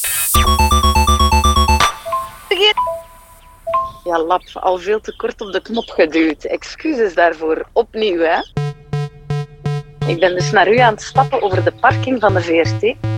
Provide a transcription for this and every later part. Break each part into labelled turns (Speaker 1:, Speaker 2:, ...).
Speaker 1: Ja, lap, al veel te kort op de knop geduwd. Excuses daarvoor. Opnieuw, hè. Ik ben dus naar u aan het stappen over de parking van de VRT.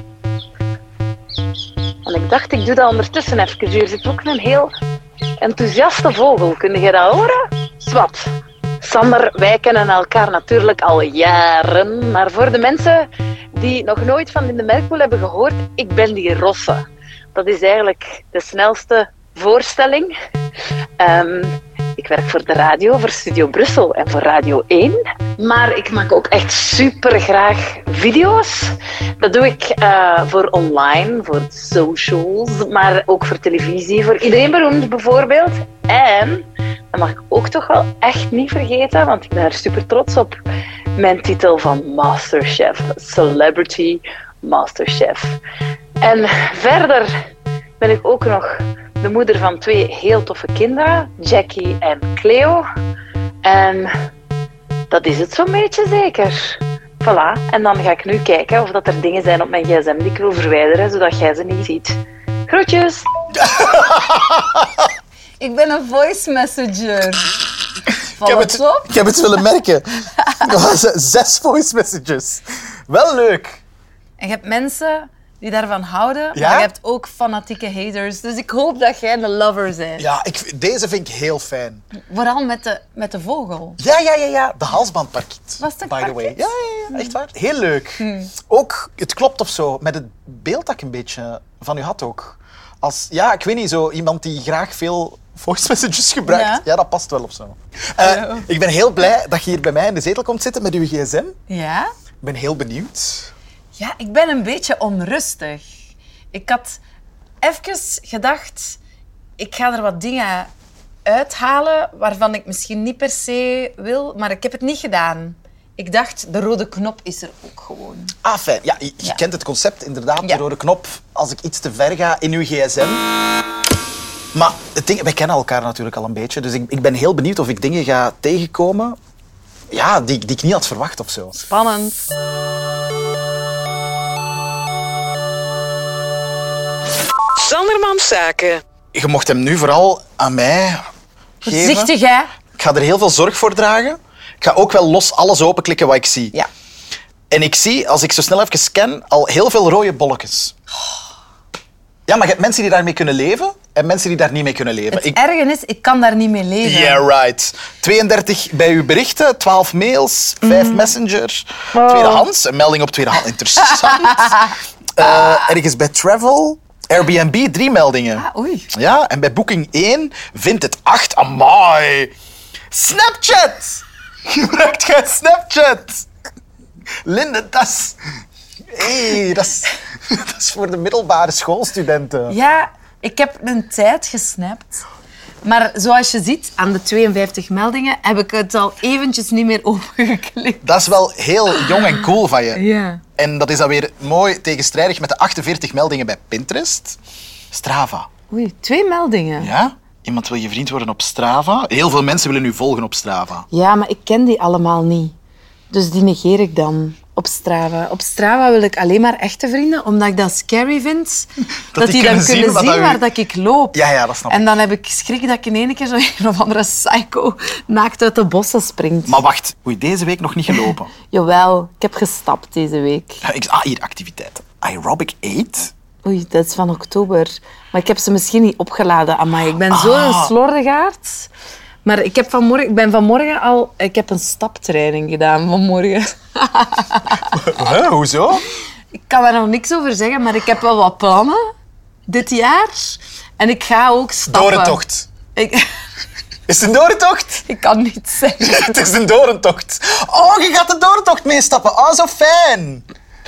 Speaker 1: En ik dacht, ik doe dat ondertussen even. Hier zit ook een heel enthousiaste vogel. Kun je dat horen? Zwat. Sander, wij kennen elkaar natuurlijk al jaren. Maar voor de mensen die nog nooit van In de Melkpoel hebben gehoord, ik ben die Rosse. Dat is eigenlijk de snelste voorstelling. Ik werk voor de radio, voor Studio Brussel en voor Radio 1. Maar ik maak ook echt super graag video's. Dat doe ik voor online, voor socials, maar ook voor televisie, voor Iedereen Beroemd bijvoorbeeld. En, dat mag ik ook toch wel echt niet vergeten, want ik ben er super trots op, mijn titel van Masterchef, Celebrity Masterchef. En verder ben ik ook nog de moeder van 2 heel toffe kinderen, Jackie en Cleo. En dat is het zo'n beetje zeker. Voilà. En dan ga ik nu kijken of dat er dingen zijn op mijn gsm die ik wil verwijderen, zodat jij ze niet ziet. Groetjes!
Speaker 2: Ik ben een voice messenger.
Speaker 3: Ik heb het willen merken. 6 voice messages. Wel leuk.
Speaker 2: En je hebt mensen die daarvan houden,
Speaker 3: Ja?
Speaker 2: maar je hebt ook fanatieke haters. Dus ik hoop dat jij een lover bent.
Speaker 3: Ja, deze vind ik heel fijn.
Speaker 2: Vooral met de vogel.
Speaker 3: Ja. De halsbandparkiet.
Speaker 2: Was het een
Speaker 3: by the way.
Speaker 2: parkiet?
Speaker 3: Ja, echt waar. Heel leuk. Ook, het klopt of zo, met het beeld dat ik een beetje van u had ook. Als, ja, ik weet niet, zo iemand die graag veel voice messages gebruikt.
Speaker 2: Ja.
Speaker 3: Ja, dat past wel of zo. Ik ben heel blij dat je hier bij mij in de zetel komt zitten met uw gsm.
Speaker 2: Ja?
Speaker 3: Ik ben heel benieuwd.
Speaker 2: Ja, ik ben een beetje onrustig. Ik had even gedacht, ik ga er wat dingen uithalen waarvan ik misschien niet per se wil, maar ik heb het niet gedaan. Ik dacht, de rode knop is er ook gewoon.
Speaker 3: Ah, fijn. Ja, je kent het concept, inderdaad.
Speaker 2: Ja.
Speaker 3: De rode knop, als ik iets te ver ga in uw gsm. Maar het ding, wij kennen elkaar natuurlijk al een beetje, dus ik ben heel benieuwd of ik dingen ga tegenkomen ja, die ik niet had verwacht of zo.
Speaker 2: Spannend.
Speaker 4: Sandermans Zaken.
Speaker 3: Je mocht hem nu vooral aan mij geven.
Speaker 2: Voorzichtig, hè?
Speaker 3: Ik ga er heel veel zorg voor dragen. Ik ga ook wel los alles openklikken wat ik zie.
Speaker 2: Ja.
Speaker 3: En ik zie, als ik zo snel even scan, al heel veel rode bolletjes. Ja, maar je hebt mensen die daarmee kunnen leven en mensen die daar niet mee kunnen leven.
Speaker 2: Het erge is, ik kan daar niet mee leven.
Speaker 3: Yeah, right. 32 bij uw berichten, 12 mails, 5 messenger, tweedehands, een melding op tweedehands. Interessant. Ergens bij travel, Airbnb, 3 meldingen.
Speaker 2: Ah, oei.
Speaker 3: Ja, en bij Booking 1 vindt het 8. Amai. Snapchat! Gebruikt jij Snapchat? Linde, dat is... Hey, dat is voor de middelbare schoolstudenten.
Speaker 2: Ja, ik heb een tijd gesnapt. Maar zoals je ziet, aan de 52 meldingen heb ik het al eventjes niet meer opengeklikt.
Speaker 3: Dat is wel heel jong en cool van je.
Speaker 2: Ja.
Speaker 3: En dat is dan weer mooi tegenstrijdig met de 48 meldingen bij Pinterest. Strava.
Speaker 2: Oei, 2 meldingen.
Speaker 3: Ja? Iemand wil je vriend worden op Strava. Heel veel mensen willen u volgen op Strava.
Speaker 2: Ja, maar ik ken die allemaal niet. Dus die negeer ik dan op Strava. Op Strava wil ik alleen maar echte vrienden, omdat ik dat scary vind. Dat die dan kunnen zien waar dat ik loop.
Speaker 3: Ja, dat snap ik.
Speaker 2: En dan heb ik schrik dat ik in één keer zo een of andere psycho naakt uit de bossen springt.
Speaker 3: Maar wacht, oei, deze week nog niet gelopen.
Speaker 2: Jawel, ik heb gestapt deze week.
Speaker 3: Hier, activiteiten. Aerobic 8.
Speaker 2: Oei, dat is van oktober. Maar ik heb ze misschien niet opgeladen. Amai, ik ben zo'n slordigaard. Maar ik ben vanmorgen al... Ik heb een staptraining gedaan vanmorgen.
Speaker 3: Huh, hoezo?
Speaker 2: Ik kan daar nog niks over zeggen, maar ik heb wel wat plannen dit jaar. En ik ga ook stappen.
Speaker 3: Dorentocht.
Speaker 2: Ik,
Speaker 3: Is het een dorentocht?
Speaker 2: ik kan niet zeggen.
Speaker 3: Het is een dorentocht. Oh, je gaat de dorentocht meestappen. Oh, zo fijn.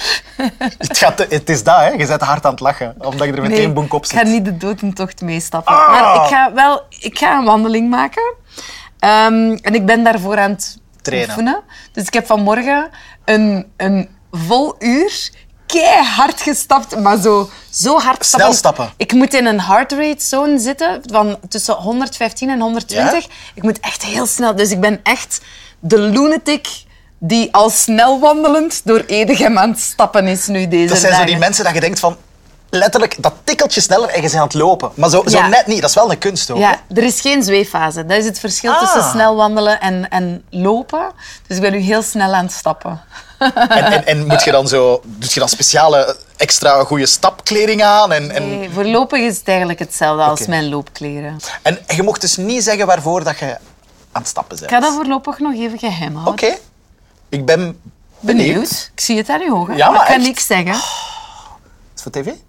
Speaker 3: Het is dat, hè. Je bent hard aan het lachen, omdat je er met één boek op
Speaker 2: ik
Speaker 3: zit.
Speaker 2: ga niet de dodentocht meestappen. Maar ik ga een wandeling maken. En ik ben daarvoor aan het
Speaker 3: trainen.
Speaker 2: oefenen. Dus ik heb vanmorgen een vol uur keihard gestapt, maar zo hard stappen.
Speaker 3: Snel stappen.
Speaker 2: Ik moet in een heart rate zone zitten van tussen 115 en 120.
Speaker 3: Ja?
Speaker 2: Ik moet echt heel snel. Dus ik ben echt de lunatic die al snel wandelend door Edegem aan het stappen is nu deze
Speaker 3: Dat zijn zo
Speaker 2: dagen.
Speaker 3: die mensen dat je denkt van... letterlijk dat tikkeltje sneller en je bent aan het lopen. Maar zo
Speaker 2: Ja.
Speaker 3: net niet. Dat is wel een kunst ook.
Speaker 2: Ja, er is geen zweeffase. Dat is het verschil tussen snel wandelen en lopen. Dus ik ben nu heel snel aan het stappen.
Speaker 3: En moet je dan zo... Doe je dan speciale, extra goede stapkleding aan? En
Speaker 2: Nee, voorlopig is het eigenlijk hetzelfde als
Speaker 3: Oké.
Speaker 2: mijn loopkleren.
Speaker 3: en je mocht dus niet zeggen waarvoor dat je aan het stappen bent.
Speaker 2: Ik ga dat voorlopig nog even geheim houden.
Speaker 3: Oké. Ik ben
Speaker 2: Benieuwd. Ik zie het aan uw ogen.
Speaker 3: Ja, maar
Speaker 2: ik kan
Speaker 3: echt?
Speaker 2: niks zeggen.
Speaker 3: Is het voor tv?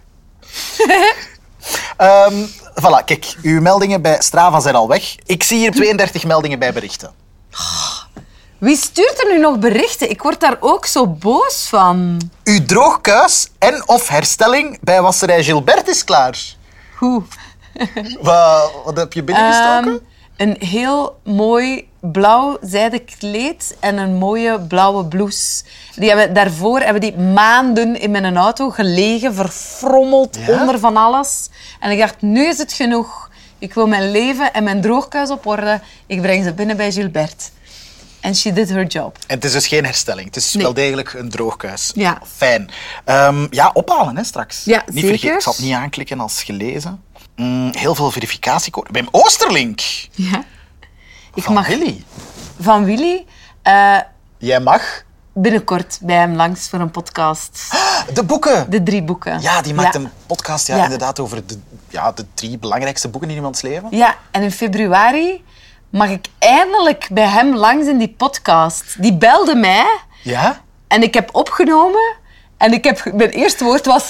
Speaker 3: Voilà, kijk. Uw meldingen bij Strava zijn al weg. Ik zie hier 32 meldingen bij berichten.
Speaker 2: Wie stuurt er nu nog berichten? Ik word daar ook zo boos van.
Speaker 3: Uw droogkuis en of herstelling bij wasserij Gilbert is klaar.
Speaker 2: Hoe?
Speaker 3: Wat heb je binnengestoken?
Speaker 2: Een heel mooi blauw zijden kleed en een mooie blauwe blouse. Daarvoor hebben die maanden in mijn auto gelegen, verfrommeld
Speaker 3: Ja?
Speaker 2: onder van alles. En ik dacht, nu is het genoeg. Ik wil mijn leven en mijn droogkuis op orde. Ik breng ze binnen bij Gilbert. En she did her job.
Speaker 3: En het is dus geen herstelling. Het is
Speaker 2: Nee.
Speaker 3: wel degelijk een droogkuis.
Speaker 2: Ja.
Speaker 3: Fijn. Ja, ophalen hè, straks.
Speaker 2: Ja,
Speaker 3: Niet
Speaker 2: zeker.
Speaker 3: vergeten, ik zal het niet aanklikken als gelezen. Heel veel verificatiecode. Bij Oosterlink.
Speaker 2: Ja. Ik
Speaker 3: Van
Speaker 2: mag
Speaker 3: Willy.
Speaker 2: van Willy
Speaker 3: Jij mag
Speaker 2: binnenkort bij hem langs voor een podcast.
Speaker 3: de boeken.
Speaker 2: De 3 boeken.
Speaker 3: Ja, die maakt een podcast
Speaker 2: Ja.
Speaker 3: inderdaad over de 3 belangrijkste boeken in iemands leven.
Speaker 2: Ja, en in februari mag ik eindelijk bij hem langs in die podcast. Die belde mij
Speaker 3: Ja?
Speaker 2: en ik heb opgenomen en mijn eerste woord was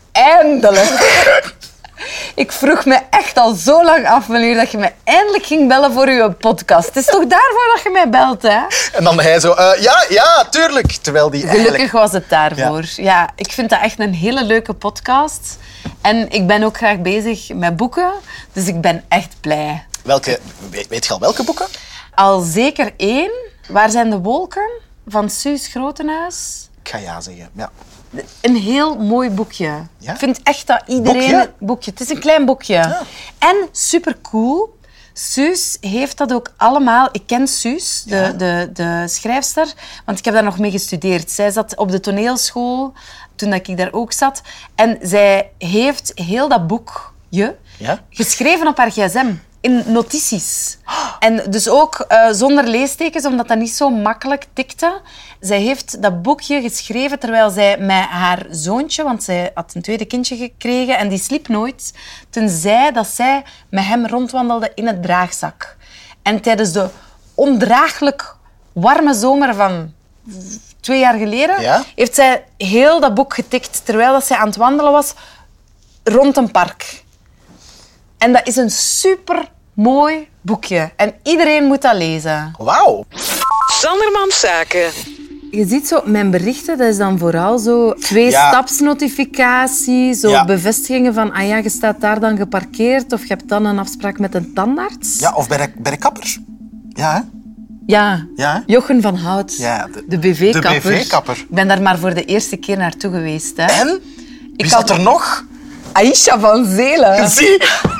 Speaker 2: eindelijk. Ik vroeg me echt al zo lang af wanneer dat je mij eindelijk ging bellen voor uw podcast. Het is toch daarvoor dat je mij belt, hè?
Speaker 3: En dan hij zo, ja, tuurlijk. Terwijl die
Speaker 2: Gelukkig
Speaker 3: eigenlijk...
Speaker 2: was het daarvoor. Ja, ik vind dat echt een hele leuke podcast. En ik ben ook graag bezig met boeken, dus ik ben echt blij.
Speaker 3: Weet je al welke boeken?
Speaker 2: Al zeker 1. Waar zijn de wolken? Van Suus Grotenhuis.
Speaker 3: Ik ga ja zeggen, ja.
Speaker 2: Een heel mooi boekje.
Speaker 3: Ja?
Speaker 2: Ik vind echt dat iedereen...
Speaker 3: Boekje?
Speaker 2: Het is een klein boekje. En supercool. Suus heeft dat ook allemaal... Ik ken Suus, de schrijfster, want ik heb daar nog mee gestudeerd. Zij zat op de toneelschool toen ik daar ook zat. En zij heeft heel dat boekje geschreven op haar gsm. In notities. En dus ook zonder leestekens, omdat dat niet zo makkelijk tikte. Zij heeft dat boekje geschreven terwijl zij met haar zoontje, want zij had een tweede kindje gekregen en die sliep nooit, tenzij dat zij met hem rondwandelde in het draagzak. En tijdens de ondraaglijk warme zomer van 2 jaar geleden heeft zij heel dat boek getikt terwijl dat zij aan het wandelen was rond een park. En dat is een super mooi boekje. En iedereen moet dat lezen.
Speaker 3: Wauw.
Speaker 4: Sandermans Zaken.
Speaker 2: Je ziet zo, mijn berichten, dat is dan vooral zo 2-stapsnotificaties, zo bevestigingen van, ah ja, je staat daar dan geparkeerd of je hebt dan een afspraak met een tandarts.
Speaker 3: Ja, of bij de kapper. Ja, hè?
Speaker 2: Ja, Jochen van Hout,
Speaker 3: Ja,
Speaker 2: de BV-kapper.
Speaker 3: De BV-kapper.
Speaker 2: Ik ben daar maar voor de eerste keer naartoe geweest. Hè.
Speaker 3: En? Wie zat er nog?
Speaker 2: Aisha van Zelen.
Speaker 3: Zie.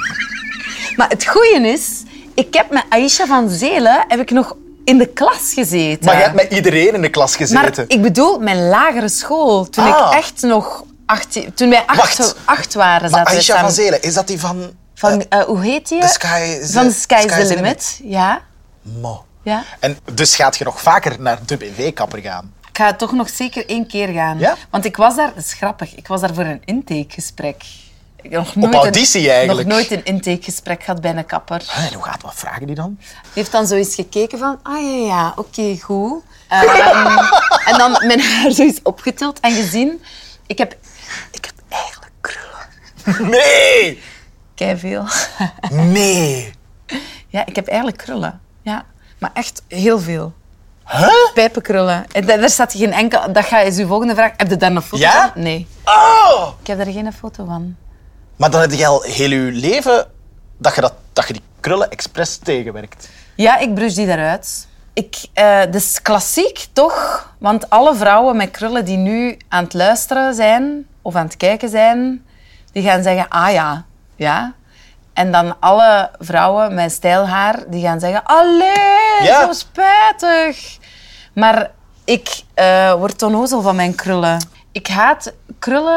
Speaker 2: Maar het goeie is, ik heb met Aisha van Zelen nog in de klas gezeten.
Speaker 3: Maar je hebt met iedereen in de klas gezeten.
Speaker 2: Maar ik bedoel, mijn lagere school. Toen ik echt nog... Toen wij acht waren,
Speaker 3: maar
Speaker 2: zaten we
Speaker 3: Aisha
Speaker 2: samen.
Speaker 3: van Zelen, is dat die van...
Speaker 2: Hoe heet die?
Speaker 3: The Sky is
Speaker 2: Van
Speaker 3: the-
Speaker 2: The Sky is
Speaker 3: Sky
Speaker 2: the
Speaker 3: is the
Speaker 2: Limit. Ja.
Speaker 3: Mo.
Speaker 2: Ja.
Speaker 3: En dus gaat je nog vaker naar de BV-kapper gaan?
Speaker 2: Ik ga toch nog zeker 1 keer gaan.
Speaker 3: Ja?
Speaker 2: Want ik was daar... Dat is grappig. Ik was daar voor een intakegesprek. Ik heb nog
Speaker 3: Op auditie eigenlijk?
Speaker 2: Nog nooit een intakegesprek gehad bij een kapper.
Speaker 3: En hoe gaat wat vragen die dan?
Speaker 2: Die heeft dan zoiets gekeken van... Ah ja, oké, goed. En dan mijn haar zoiets opgetild en gezien... Ik heb eigenlijk krullen.
Speaker 3: Nee!
Speaker 2: Keiveel.
Speaker 3: Nee.
Speaker 2: Ja, ik heb eigenlijk krullen. Ja, maar echt heel veel.
Speaker 3: Huh?
Speaker 2: Pijpenkrullen. En daar staat geen enkel... Dat is uw volgende vraag. Heb je daar een foto
Speaker 3: Ja?
Speaker 2: van? Nee.
Speaker 3: Oh!
Speaker 2: Ik heb daar geen foto van.
Speaker 3: Maar dan heb je al heel je leven dat je die krullen expres tegenwerkt.
Speaker 2: Ja, ik brush die daaruit. Dat is klassiek, toch? Want alle vrouwen met krullen die nu aan het luisteren zijn of aan het kijken zijn, die gaan zeggen, ah ja, ja. En dan alle vrouwen met stijlhaar, die gaan zeggen, allee, zo spijtig. Maar ik word onnozel van mijn krullen. Ik haat krullen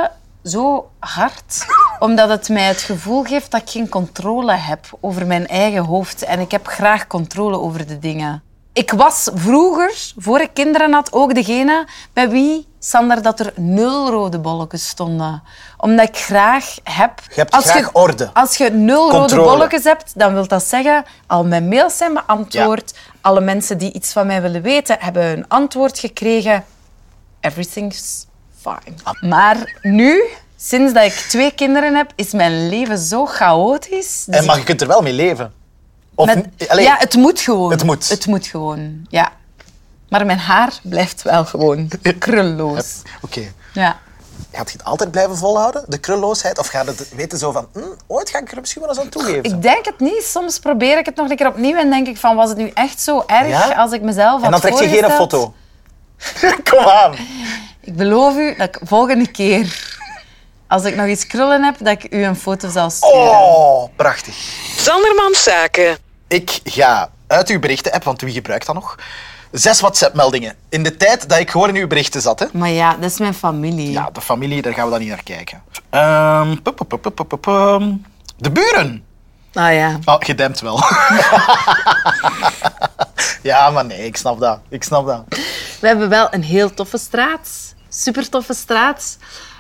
Speaker 2: zo hard, omdat het mij het gevoel geeft dat ik geen controle heb over mijn eigen hoofd. En ik heb graag controle over de dingen. Ik was vroeger, voor ik kinderen had, ook degene bij wie, Sander, dat er 0 rode bolletjes stonden. Omdat ik graag heb...
Speaker 3: Je hebt graag orde.
Speaker 2: Als je 0
Speaker 3: Controle.
Speaker 2: rode bolletjes hebt, dan wil dat zeggen... Al mijn mails zijn beantwoord. Ja. Alle mensen die iets van mij willen weten, hebben hun antwoord gekregen. Everything's fine. Maar nu, sinds dat ik 2 kinderen heb, is mijn leven zo chaotisch. Dus
Speaker 3: Maar je kunt er wel mee leven. Of,
Speaker 2: ja, het moet gewoon.
Speaker 3: Het moet.
Speaker 2: Het moet gewoon, ja. Maar mijn haar blijft wel gewoon krulloos.
Speaker 3: Oké.
Speaker 2: Ja.
Speaker 3: Gaat je het altijd blijven volhouden, de krulloosheid? Of gaat het weten zo van, ooit ga ik er misschien wel eens aan toegeven?
Speaker 2: Ik denk het niet. Soms probeer ik het nog een keer opnieuw en denk ik van, was het nu echt zo erg als ik mezelf had
Speaker 3: En dan trek je geen
Speaker 2: voorgesteld?
Speaker 3: foto. Kom aan.
Speaker 2: Ik beloof u dat ik volgende keer, als ik nog eens krullen heb, dat ik u een foto zal sturen.
Speaker 3: Oh, prachtig.
Speaker 4: Sandermans Zaken.
Speaker 3: Ik ga uit uw berichten-app, want wie gebruikt dat nog? 6 WhatsApp-meldingen. In de tijd dat ik gewoon in uw berichten zat. Hè.
Speaker 2: Maar ja, dat is mijn familie.
Speaker 3: Ja, de familie, daar gaan we dan niet naar kijken. De buren.
Speaker 2: Ah ja.
Speaker 3: Oh, gedempt wel. Ja, maar nee, ik snap dat.
Speaker 2: We hebben wel een heel toffe straat. Super toffe straat.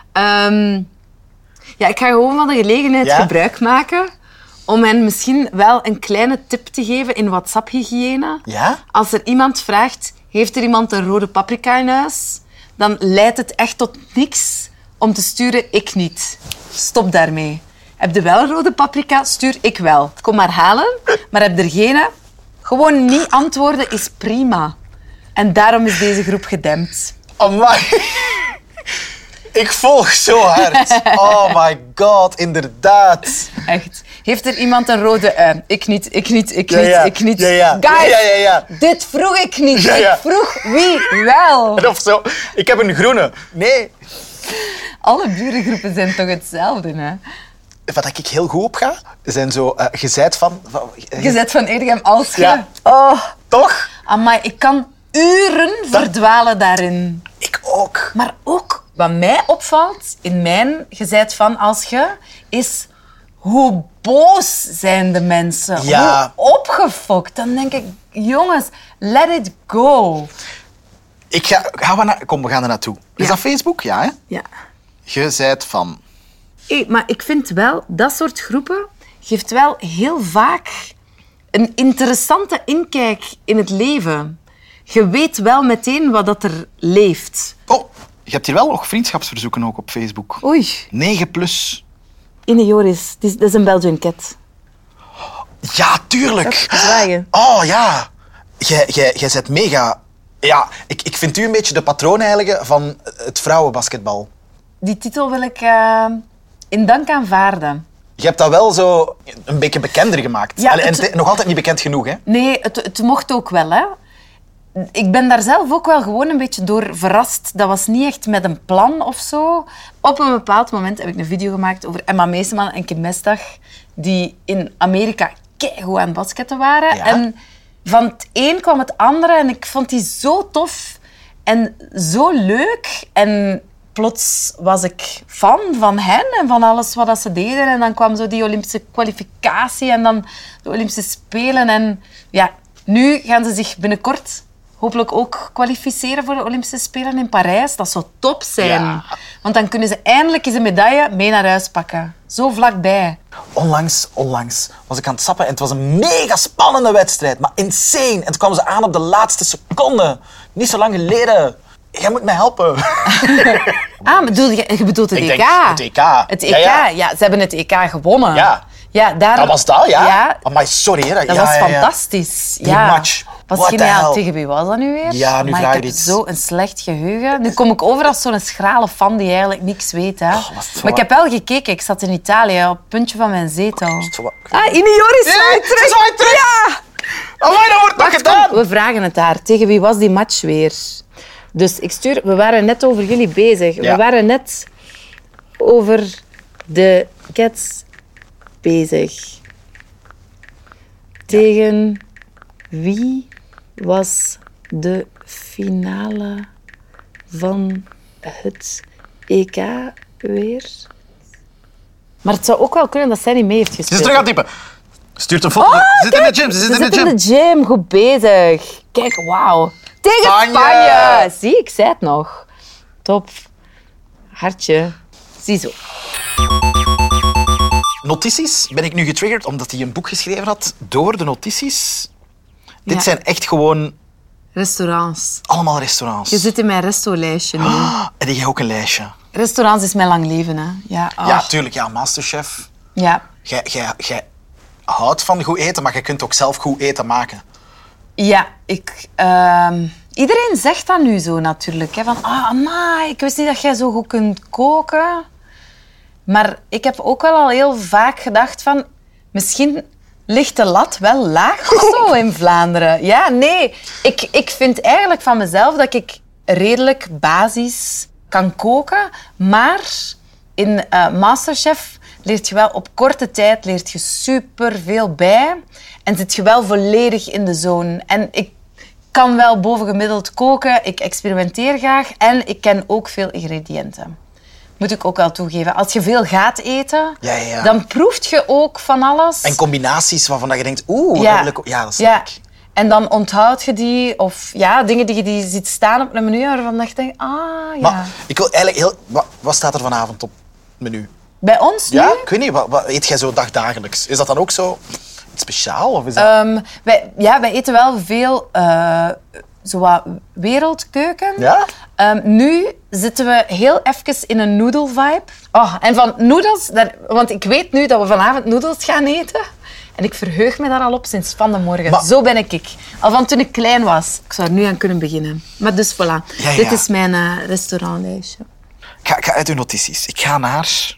Speaker 2: Ja, ik ga gewoon van de gelegenheid gebruik maken om hen misschien wel een kleine tip te geven in WhatsApp-hygiëne.
Speaker 3: Ja?
Speaker 2: Als er iemand vraagt, heeft er iemand een rode paprika in huis? Dan leidt het echt tot niks om te sturen, ik niet. Stop daarmee. Heb je wel rode paprika? Stuur ik wel. Kom maar halen. Maar heb er geen? Gewoon niet antwoorden is prima. En daarom is deze groep gedempt.
Speaker 3: Amai. Ik volg zo hard. Oh my god, inderdaad.
Speaker 2: Echt. Heeft er iemand een rode ui? Ik niet.
Speaker 3: Ja.
Speaker 2: Guys,
Speaker 3: Ja.
Speaker 2: dit vroeg ik niet.
Speaker 3: Ja.
Speaker 2: Ik vroeg wie wel.
Speaker 3: Of zo. Ik heb een groene. Nee.
Speaker 2: Alle burengroepen zijn toch hetzelfde, hè?
Speaker 3: Wat ik heel goed op ga, zijn zo gezet van...
Speaker 2: Gezet van Edegem als je...
Speaker 3: Ja.
Speaker 2: Oh,
Speaker 3: Toch?
Speaker 2: amai, ik kan uren verdwalen daarin.
Speaker 3: Ik ook.
Speaker 2: Maar ook, wat mij opvalt in mijn gezet van als je, is hoe boos zijn de mensen.
Speaker 3: Ja.
Speaker 2: Hoe opgefokt. Dan denk ik, jongens, let it go.
Speaker 3: Kom, we gaan er naartoe. Is
Speaker 2: Ja.
Speaker 3: dat Facebook? Ja, hè?
Speaker 2: Ja.
Speaker 3: Gezet van...
Speaker 2: Hey, maar ik vind wel, dat soort groepen geeft wel heel vaak een interessante inkijk in het leven. Je weet wel meteen wat dat er leeft.
Speaker 3: Oh, je hebt hier wel nog vriendschapsverzoeken ook op Facebook.
Speaker 2: Oei.
Speaker 3: 9+.
Speaker 2: Ine Joris, dat is een Belgian cat.
Speaker 3: Ja, tuurlijk.
Speaker 2: Zwaaien.
Speaker 3: Oh, ja. Jij bent mega... Ja, ik vind u een beetje de patroonheilige van het vrouwenbasketbal.
Speaker 2: Die titel wil ik in dank aanvaarden.
Speaker 3: Je hebt dat wel zo een beetje bekender gemaakt.
Speaker 2: Ja,
Speaker 3: en nog altijd niet bekend genoeg, hè?
Speaker 2: Nee, het mocht ook wel, hè. Ik ben daar zelf ook wel gewoon een beetje door verrast. Dat was niet echt met een plan of zo. Op een bepaald moment heb ik een video gemaakt over Emma Meeseman en Kim Mestdag, die in Amerika keigoed aan het basketten waren.
Speaker 3: Ja.
Speaker 2: En van het een kwam het andere en ik vond die zo tof en zo leuk. En plots was ik fan van hen en van alles wat ze deden. En dan kwam zo die Olympische kwalificatie en dan de Olympische Spelen. En ja, nu gaan ze zich binnenkort hopelijk ook kwalificeren voor de Olympische Spelen in Parijs. Dat zou top zijn.
Speaker 3: Ja.
Speaker 2: Want dan kunnen ze eindelijk eens een medaille mee naar huis pakken. Zo vlakbij.
Speaker 3: Onlangs was ik aan het sappen en het was een mega spannende wedstrijd. Maar insane. En toen kwamen ze aan op de laatste seconde. Niet zo lang geleden. Jij moet mij helpen.
Speaker 2: Ah, je bedoelt het
Speaker 3: Ik
Speaker 2: EK?
Speaker 3: denk het EK.
Speaker 2: Het EK,
Speaker 3: Ja.
Speaker 2: ja. Ze hebben het EK gewonnen.
Speaker 3: Ja.
Speaker 2: Ja, daar...
Speaker 3: Dat was dat, ja?
Speaker 2: Ja,
Speaker 3: Amai, sorry. Hè.
Speaker 2: dat was fantastisch.
Speaker 3: Die
Speaker 2: ja.
Speaker 3: match.
Speaker 2: Was
Speaker 3: What the
Speaker 2: geniaal.
Speaker 3: hell?
Speaker 2: Tegen wie was dat nu weer?
Speaker 3: Ja, nu
Speaker 2: maar
Speaker 3: vraag
Speaker 2: ik
Speaker 3: je
Speaker 2: heb
Speaker 3: iets.
Speaker 2: zo een slecht geheugen. Nu kom ik over als zo'n schrale fan die eigenlijk niks weet. Hè.
Speaker 3: wat is het
Speaker 2: Maar ik heb wel gekeken. Ik zat in Italië op het puntje van mijn zetel. Ah, Ine Joris,
Speaker 3: Ja,
Speaker 2: zwaait terug.
Speaker 3: ze zwaait terug.
Speaker 2: Ja!
Speaker 3: Amai, dat wordt nog gedaan.
Speaker 2: We vragen het haar. Tegen wie was die match weer? Dus we waren net over jullie bezig.
Speaker 3: Ja.
Speaker 2: We waren net over de Cats bezig. Tegen wie was de finale van het EK weer. Maar het zou ook wel kunnen dat zij niet mee heeft
Speaker 3: Ze is
Speaker 2: gespeeld.
Speaker 3: terug aan het typen. Stuurt een foto.
Speaker 2: Oh,
Speaker 3: Ze zit in
Speaker 2: kijk,
Speaker 3: de gym. Ze
Speaker 2: Ze
Speaker 3: zit in
Speaker 2: zit
Speaker 3: de gym.
Speaker 2: in de gym. Goed bezig. Kijk, wauw. Tegen
Speaker 3: Spanje.
Speaker 2: Spanje. Zie, ik zei het nog. Top. Hartje. Ziezo.
Speaker 3: Notities ben ik nu getriggerd omdat hij een boek geschreven had door de notities. Dit
Speaker 2: Ja.
Speaker 3: zijn echt gewoon
Speaker 2: Restaurants.
Speaker 3: allemaal restaurants.
Speaker 2: Je zit in mijn resto-lijstje nu.
Speaker 3: En die heb ook een lijstje.
Speaker 2: Restaurants is mijn lang leven, hè. Ja, oh.
Speaker 3: Ja, tuurlijk. Ja, Masterchef.
Speaker 2: Ja.
Speaker 3: Jij houdt van goed eten, maar je kunt ook zelf goed eten maken.
Speaker 2: Ja, iedereen zegt dat nu zo natuurlijk. Hè, van, amai, ik wist niet dat jij zo goed kunt koken. Maar ik heb ook wel al heel vaak gedacht van... Misschien ligt de lat wel laag of zo in Vlaanderen. Ja, nee. Ik vind eigenlijk van mezelf dat ik redelijk basis kan koken. Maar in Masterchef leert je wel op korte tijd leert je superveel bij. En zit je wel volledig in de zone. En ik kan wel bovengemiddeld koken. Ik experimenteer graag. En ik ken ook veel ingrediënten. Moet ik ook wel toegeven. Als je veel gaat eten,
Speaker 3: Ja.
Speaker 2: dan proeft je ook van alles.
Speaker 3: En combinaties waarvan je denkt, dat wil ik ook. Ja, dat snap
Speaker 2: Ja.
Speaker 3: ik.
Speaker 2: En dan onthoud je die, of ja, dingen die je ziet staan op een menu, waarvan je denkt, ja.
Speaker 3: Maar ik wil eigenlijk heel... Wat staat er vanavond op het menu?
Speaker 2: Bij ons nu?
Speaker 3: Ja, ik weet niet. Wat eet jij zo dagdagelijks? Is dat dan ook zo iets speciaal? Of is dat...
Speaker 2: Wij eten wel veel zo wat wereldkeuken.
Speaker 3: Ja?
Speaker 2: Nu zitten we heel even in een noodle-vibe. Oh, en van noedels, want ik weet nu dat we vanavond noedels gaan eten. En ik verheug me daar al op sinds van de morgen.
Speaker 3: Maar-
Speaker 2: Zo ben ik. Al van toen ik klein was. Ik zou er nu aan kunnen beginnen. Maar dus voilà.
Speaker 3: Ja.
Speaker 2: Dit is mijn restaurantlijstje.
Speaker 3: Ik ga uit uw notities. Ik ga naar...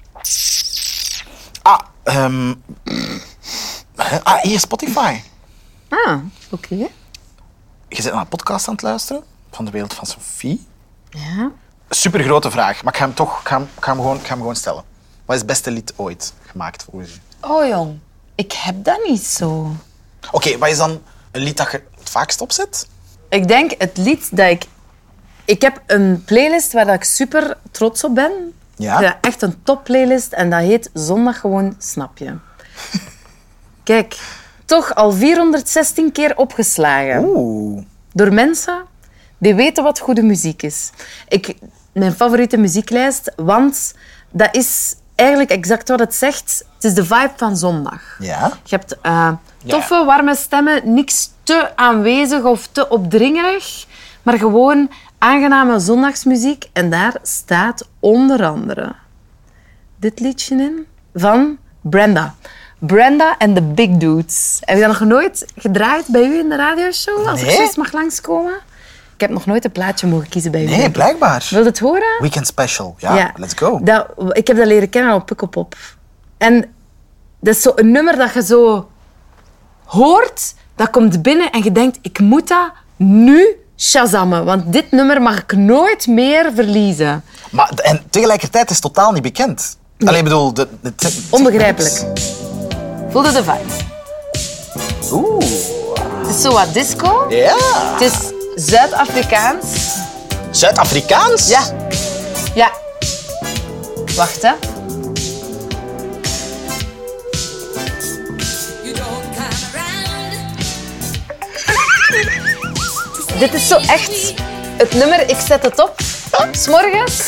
Speaker 3: Hier, Spotify.
Speaker 2: Oké.
Speaker 3: Je zit naar een podcast aan het luisteren van de wereld van Sophie.
Speaker 2: Ja.
Speaker 3: Super grote vraag, maar ik ga hem gewoon stellen. Wat is het beste lied ooit gemaakt volgens u?
Speaker 2: Oh jong, ik heb dat niet zo.
Speaker 3: Oké, wat is dan een lied dat je het vaakst opzet?
Speaker 2: Ik denk het lied dat ik... Ik heb een playlist waar dat ik super trots op ben.
Speaker 3: Ja?
Speaker 2: Ja, echt een topplaylist en dat heet Zondag gewoon Snap je. Kijk, toch al 416 keer opgeslagen.
Speaker 3: Oeh.
Speaker 2: Door mensen die weten wat goede muziek is. Mijn favoriete muzieklijst, want dat is eigenlijk exact wat het zegt. Het is de vibe van zondag.
Speaker 3: Ja?
Speaker 2: Je hebt toffe, warme stemmen, niks te aanwezig of te opdringerig, maar gewoon aangename zondagsmuziek. En daar staat onder andere dit liedje in van Brenda. Brenda and the Big Dudes. Heb je dat nog nooit gedraaid bij u in de radioshow? Als ik
Speaker 3: Nee.
Speaker 2: zoiets mag langskomen? Ik heb nog nooit een plaatje mogen kiezen bij u.
Speaker 3: Nee, blijkbaar.
Speaker 2: Wil je het horen?
Speaker 3: Weekend Special. Ja, let's go.
Speaker 2: Ik heb dat leren kennen op Pukkelpop. En dat is zo een nummer dat je zo hoort, dat komt binnen en je denkt, ik moet dat nu shazammen, want dit nummer mag ik nooit meer verliezen.
Speaker 3: Maar, en tegelijkertijd is het totaal niet bekend. Alleen bedoel...
Speaker 2: Onbegrijpelijk. Voelde de vibe.
Speaker 3: Oeh.
Speaker 2: Het is zo wat disco.
Speaker 3: Ja.
Speaker 2: Het is Zuid-Afrikaans.
Speaker 3: Zuid-Afrikaans?
Speaker 2: Ja. Ja. Wacht, hè. Dit is zo echt het nummer, ik zet het op, 's morgens.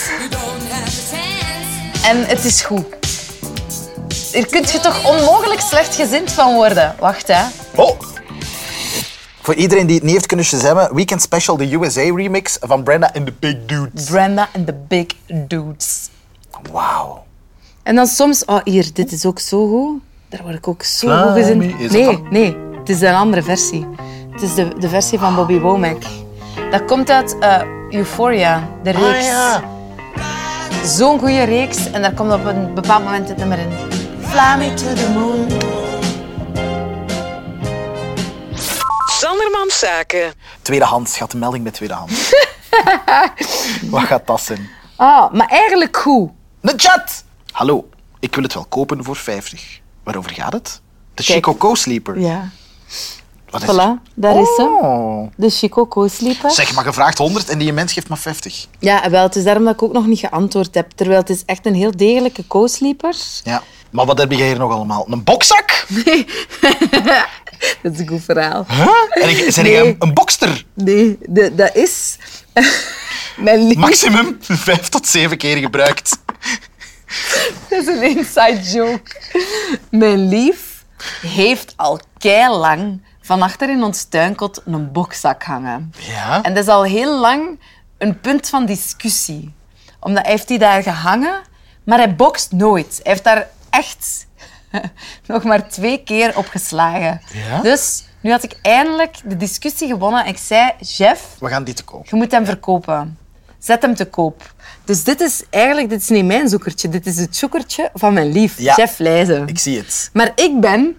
Speaker 2: En het is goed. Hier kun je toch onmogelijk slechtgezind van worden. Wacht, hè.
Speaker 3: Oh. Voor iedereen die het niet heeft kunnen shazammen, Weekend Special, de USA remix van Brenda and the Big Dudes.
Speaker 2: Brenda and the Big Dudes.
Speaker 3: Wauw.
Speaker 2: En dan soms... Oh, hier, dit is ook zo goed. Daar word ik ook zo
Speaker 3: Fly
Speaker 2: goed gezind.
Speaker 3: me. Is het
Speaker 2: Nee,
Speaker 3: van-
Speaker 2: nee. Het is een andere versie. Het is de versie van Bobby Womack. Dat komt uit Euphoria, de reeks.
Speaker 3: ja.
Speaker 2: Zo'n goede reeks. En daar komt op een bepaald moment het nummer in. Fly me to the moon.
Speaker 4: Sandermans Zaken.
Speaker 3: Tweedehands. Gaat de melding bij tweedehands. Wat gaat dat zijn?
Speaker 2: Maar eigenlijk goed.
Speaker 3: De chat! Hallo, ik wil het wel kopen voor 50. Waarover gaat het? De
Speaker 2: Kijk.
Speaker 3: Chico Co-sleeper.
Speaker 2: Ja.
Speaker 3: Wat is
Speaker 2: Voilà, daar is ze.
Speaker 3: Oh.
Speaker 2: De Chico co-sleeper.
Speaker 3: Zeg, maar je vraagt 100 en die mens geeft maar 50.
Speaker 2: Ja, wel, het is daarom dat ik ook nog niet geantwoord heb. Terwijl het is echt een heel degelijke co-sleeper.
Speaker 3: Ja. Maar wat heb je hier nog allemaal? Een bokzak?
Speaker 2: Dat is een goed verhaal.
Speaker 3: Zijn
Speaker 2: Nee.
Speaker 3: jij een bokster?
Speaker 2: Nee, dat is... Mijn lief...
Speaker 3: Maximum 5 tot 7 keer gebruikt.
Speaker 2: Dat is een inside joke. Mijn lief heeft al keilang van achter in ons tuinkot een bokzak hangen.
Speaker 3: Ja?
Speaker 2: En dat is al heel lang een punt van discussie. Omdat hij heeft die daar gehangen, maar hij bokst nooit. Hij heeft daar echt nog maar 2 keer op geslagen.
Speaker 3: Ja?
Speaker 2: Dus nu had ik eindelijk de discussie gewonnen. Ik zei, Jeff,
Speaker 3: We gaan die te koop.
Speaker 2: je moet hem verkopen. Zet hem te koop. Dus dit is niet mijn zoekertje. Dit is het zoekertje van mijn lief,
Speaker 3: Ja.
Speaker 2: Jeff Leijzen.
Speaker 3: Ik zie het.
Speaker 2: Maar ik ben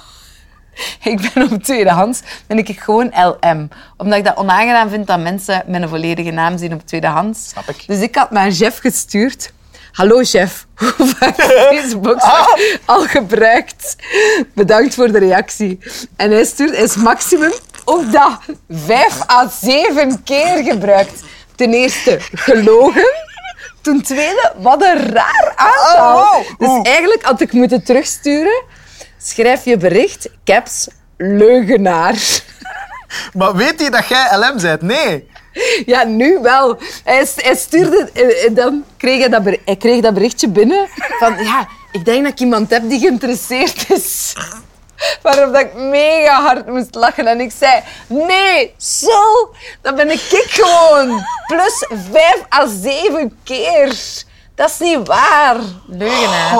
Speaker 2: op tweedehands ben ik gewoon LM. Omdat ik dat onaangenaam vind dat mensen met een volledige naam zien op tweedehands.
Speaker 3: Snap ik.
Speaker 2: Dus ik had naar Jeff gestuurd. Hallo Jeff, hoe vaak heb je deze box al gebruikt? Bedankt voor de reactie. En hij is maximum ook dat 5 à 7 keer gebruikt. Ten eerste gelogen. Ten tweede, wat een raar aantal.
Speaker 3: Oh, wow.
Speaker 2: Dus eigenlijk had ik moeten terugsturen. Schrijf je bericht, caps, leugenaar.
Speaker 3: Maar weet hij dat jij LM bent? Nee.
Speaker 2: Ja, nu wel. Hij stuurde... Dan kreeg hij kreeg dat berichtje binnen van... Ja, ik denk dat ik iemand heb die geïnteresseerd is. Waarop dat ik mega hard moest lachen. En ik zei... Nee, Sol, dat ben ik gewoon. Plus 5 à 7 keer. Dat is niet waar. Leugenaar.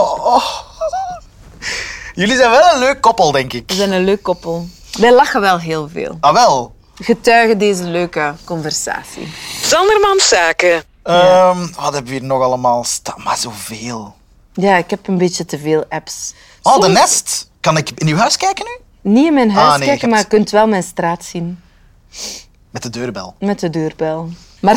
Speaker 3: Jullie zijn wel een leuk koppel, denk ik.
Speaker 2: We zijn een leuk koppel. Wij lachen wel heel veel.
Speaker 3: Ah, wel.
Speaker 2: Getuigen deze leuke conversatie.
Speaker 4: Sandermans Zaken.
Speaker 3: Wat hebben we hier nog allemaal staan? Maar zoveel.
Speaker 2: Ja, ik heb een beetje te veel apps.
Speaker 3: Oh, de
Speaker 2: Soms
Speaker 3: Nest. Kan ik in uw huis kijken nu?
Speaker 2: niet in mijn huis
Speaker 3: Ah, nee,
Speaker 2: kijken,
Speaker 3: je
Speaker 2: maar
Speaker 3: hebt-
Speaker 2: je kunt wel mijn straat zien.
Speaker 3: Met de deurbel.
Speaker 2: Met de deurbel. Maar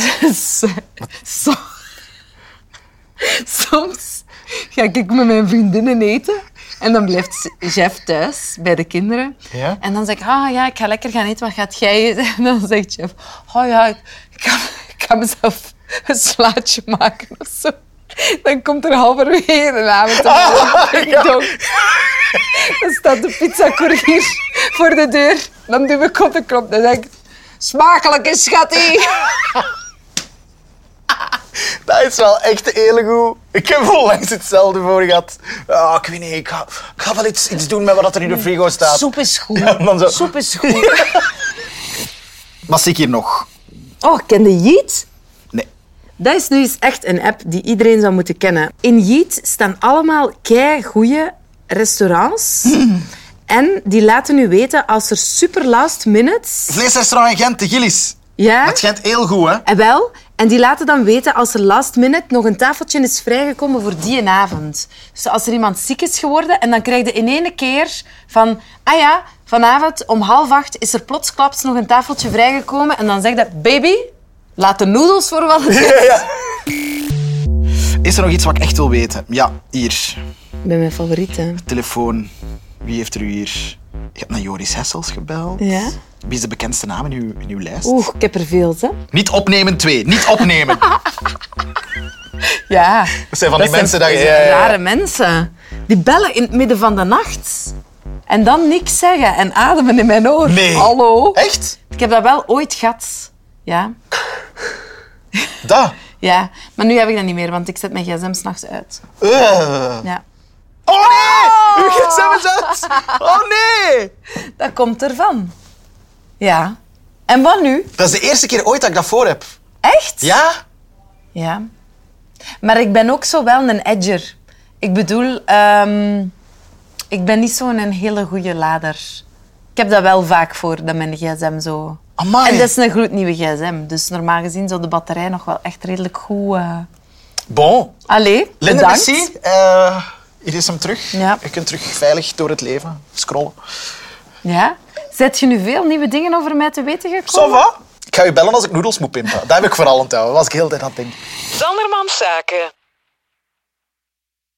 Speaker 2: soms ga ik met mijn vriendinnen eten en dan blijft Jeff thuis bij de kinderen.
Speaker 3: Ja?
Speaker 2: En dan zeg ik, ja, ik ga lekker gaan eten. Wat gaat jij eten? En dan zegt Jeff, ja, ik ga mezelf een slaatje maken of zo. Dan komt er halverwege de avond Dan staat de pizzacourier voor de deur. Dan duw ik op de knop. Dan zeg ik, smakelijk is, schattie.
Speaker 3: Dat is wel echt heel goed. Ik heb onlangs hetzelfde voor gehad. Ik weet niet, ik ga wel iets doen met wat er in de frigo staat.
Speaker 2: Soep is goed.
Speaker 3: Ja, dan zo.
Speaker 2: Soep is goed.
Speaker 3: Wat zie ik hier nog?
Speaker 2: Oh, ken je Yeet?
Speaker 3: Nee.
Speaker 2: Dat is nu eens echt een app die iedereen zou moeten kennen. In Yeet staan allemaal keigoeie restaurants. En die laten u weten als er super last minutes...
Speaker 3: Vleesrestaurant in Gent, de Gillis.
Speaker 2: Ja?
Speaker 3: Het schijnt heel goed, hè?
Speaker 2: En wel. En die laten dan weten als er last minute nog een tafeltje is vrijgekomen voor die avond. Dus als er iemand ziek is geworden en dan krijg je in één keer van... Ah ja, vanavond om 7:30 is er plotsklaps nog een tafeltje vrijgekomen. En dan zeg je, baby, laat de noedels voor wat het is.
Speaker 3: Is er nog iets wat ik echt wil weten? Ja, hier.
Speaker 2: Ben mijn favoriet, hè.
Speaker 3: Telefoon. Wie heeft er u hier? Je hebt naar Joris Hessels gebeld.
Speaker 2: Ja?
Speaker 3: Wie is de bekendste naam in uw lijst?
Speaker 2: Oeh, ik heb er veel, hè.
Speaker 3: Niet opnemen 2. Niet opnemen.
Speaker 2: Ja.
Speaker 3: Dat zijn van die mensen dat je...
Speaker 2: zijn rare mensen. Die bellen in het midden van de nacht. En dan niks zeggen en ademen in mijn oor.
Speaker 3: Nee.
Speaker 2: Hallo.
Speaker 3: Echt?
Speaker 2: Ik heb dat wel ooit gehad. Ja.
Speaker 3: Dat?
Speaker 2: Ja. Maar nu heb ik dat niet meer, want ik zet mijn gsm 's nachts uit. Ja.
Speaker 3: Oh nee! Uw gsm is uit! Oh nee!
Speaker 2: Dat komt ervan. Ja. En wat nu?
Speaker 3: Dat is de eerste keer ooit dat ik dat voor heb.
Speaker 2: Echt?
Speaker 3: Ja?
Speaker 2: Ja. Maar ik ben ook zo wel een edger. Ik bedoel, ik ben niet zo'n hele goede lader. Ik heb dat wel vaak voor, dat mijn gsm zo...
Speaker 3: Amai.
Speaker 2: En dat is een gloednieuwe gsm. Dus normaal gezien zou de batterij nog wel echt redelijk goed...
Speaker 3: Bon.
Speaker 2: Allee,
Speaker 3: Linda,
Speaker 2: bedankt.
Speaker 3: merci. Hier is hem terug.
Speaker 2: Ja.
Speaker 3: Je kunt terug veilig door het leven scrollen.
Speaker 2: Ja? Zet je nu veel nieuwe dingen over mij te weten
Speaker 3: Ça
Speaker 2: gekomen?
Speaker 3: va? Ik ga je bellen als ik noedels moet pimpen. Dat heb ik vooral onthouden. Dat was ik heel de tijd aan het denken.
Speaker 4: Sandermans Zaken.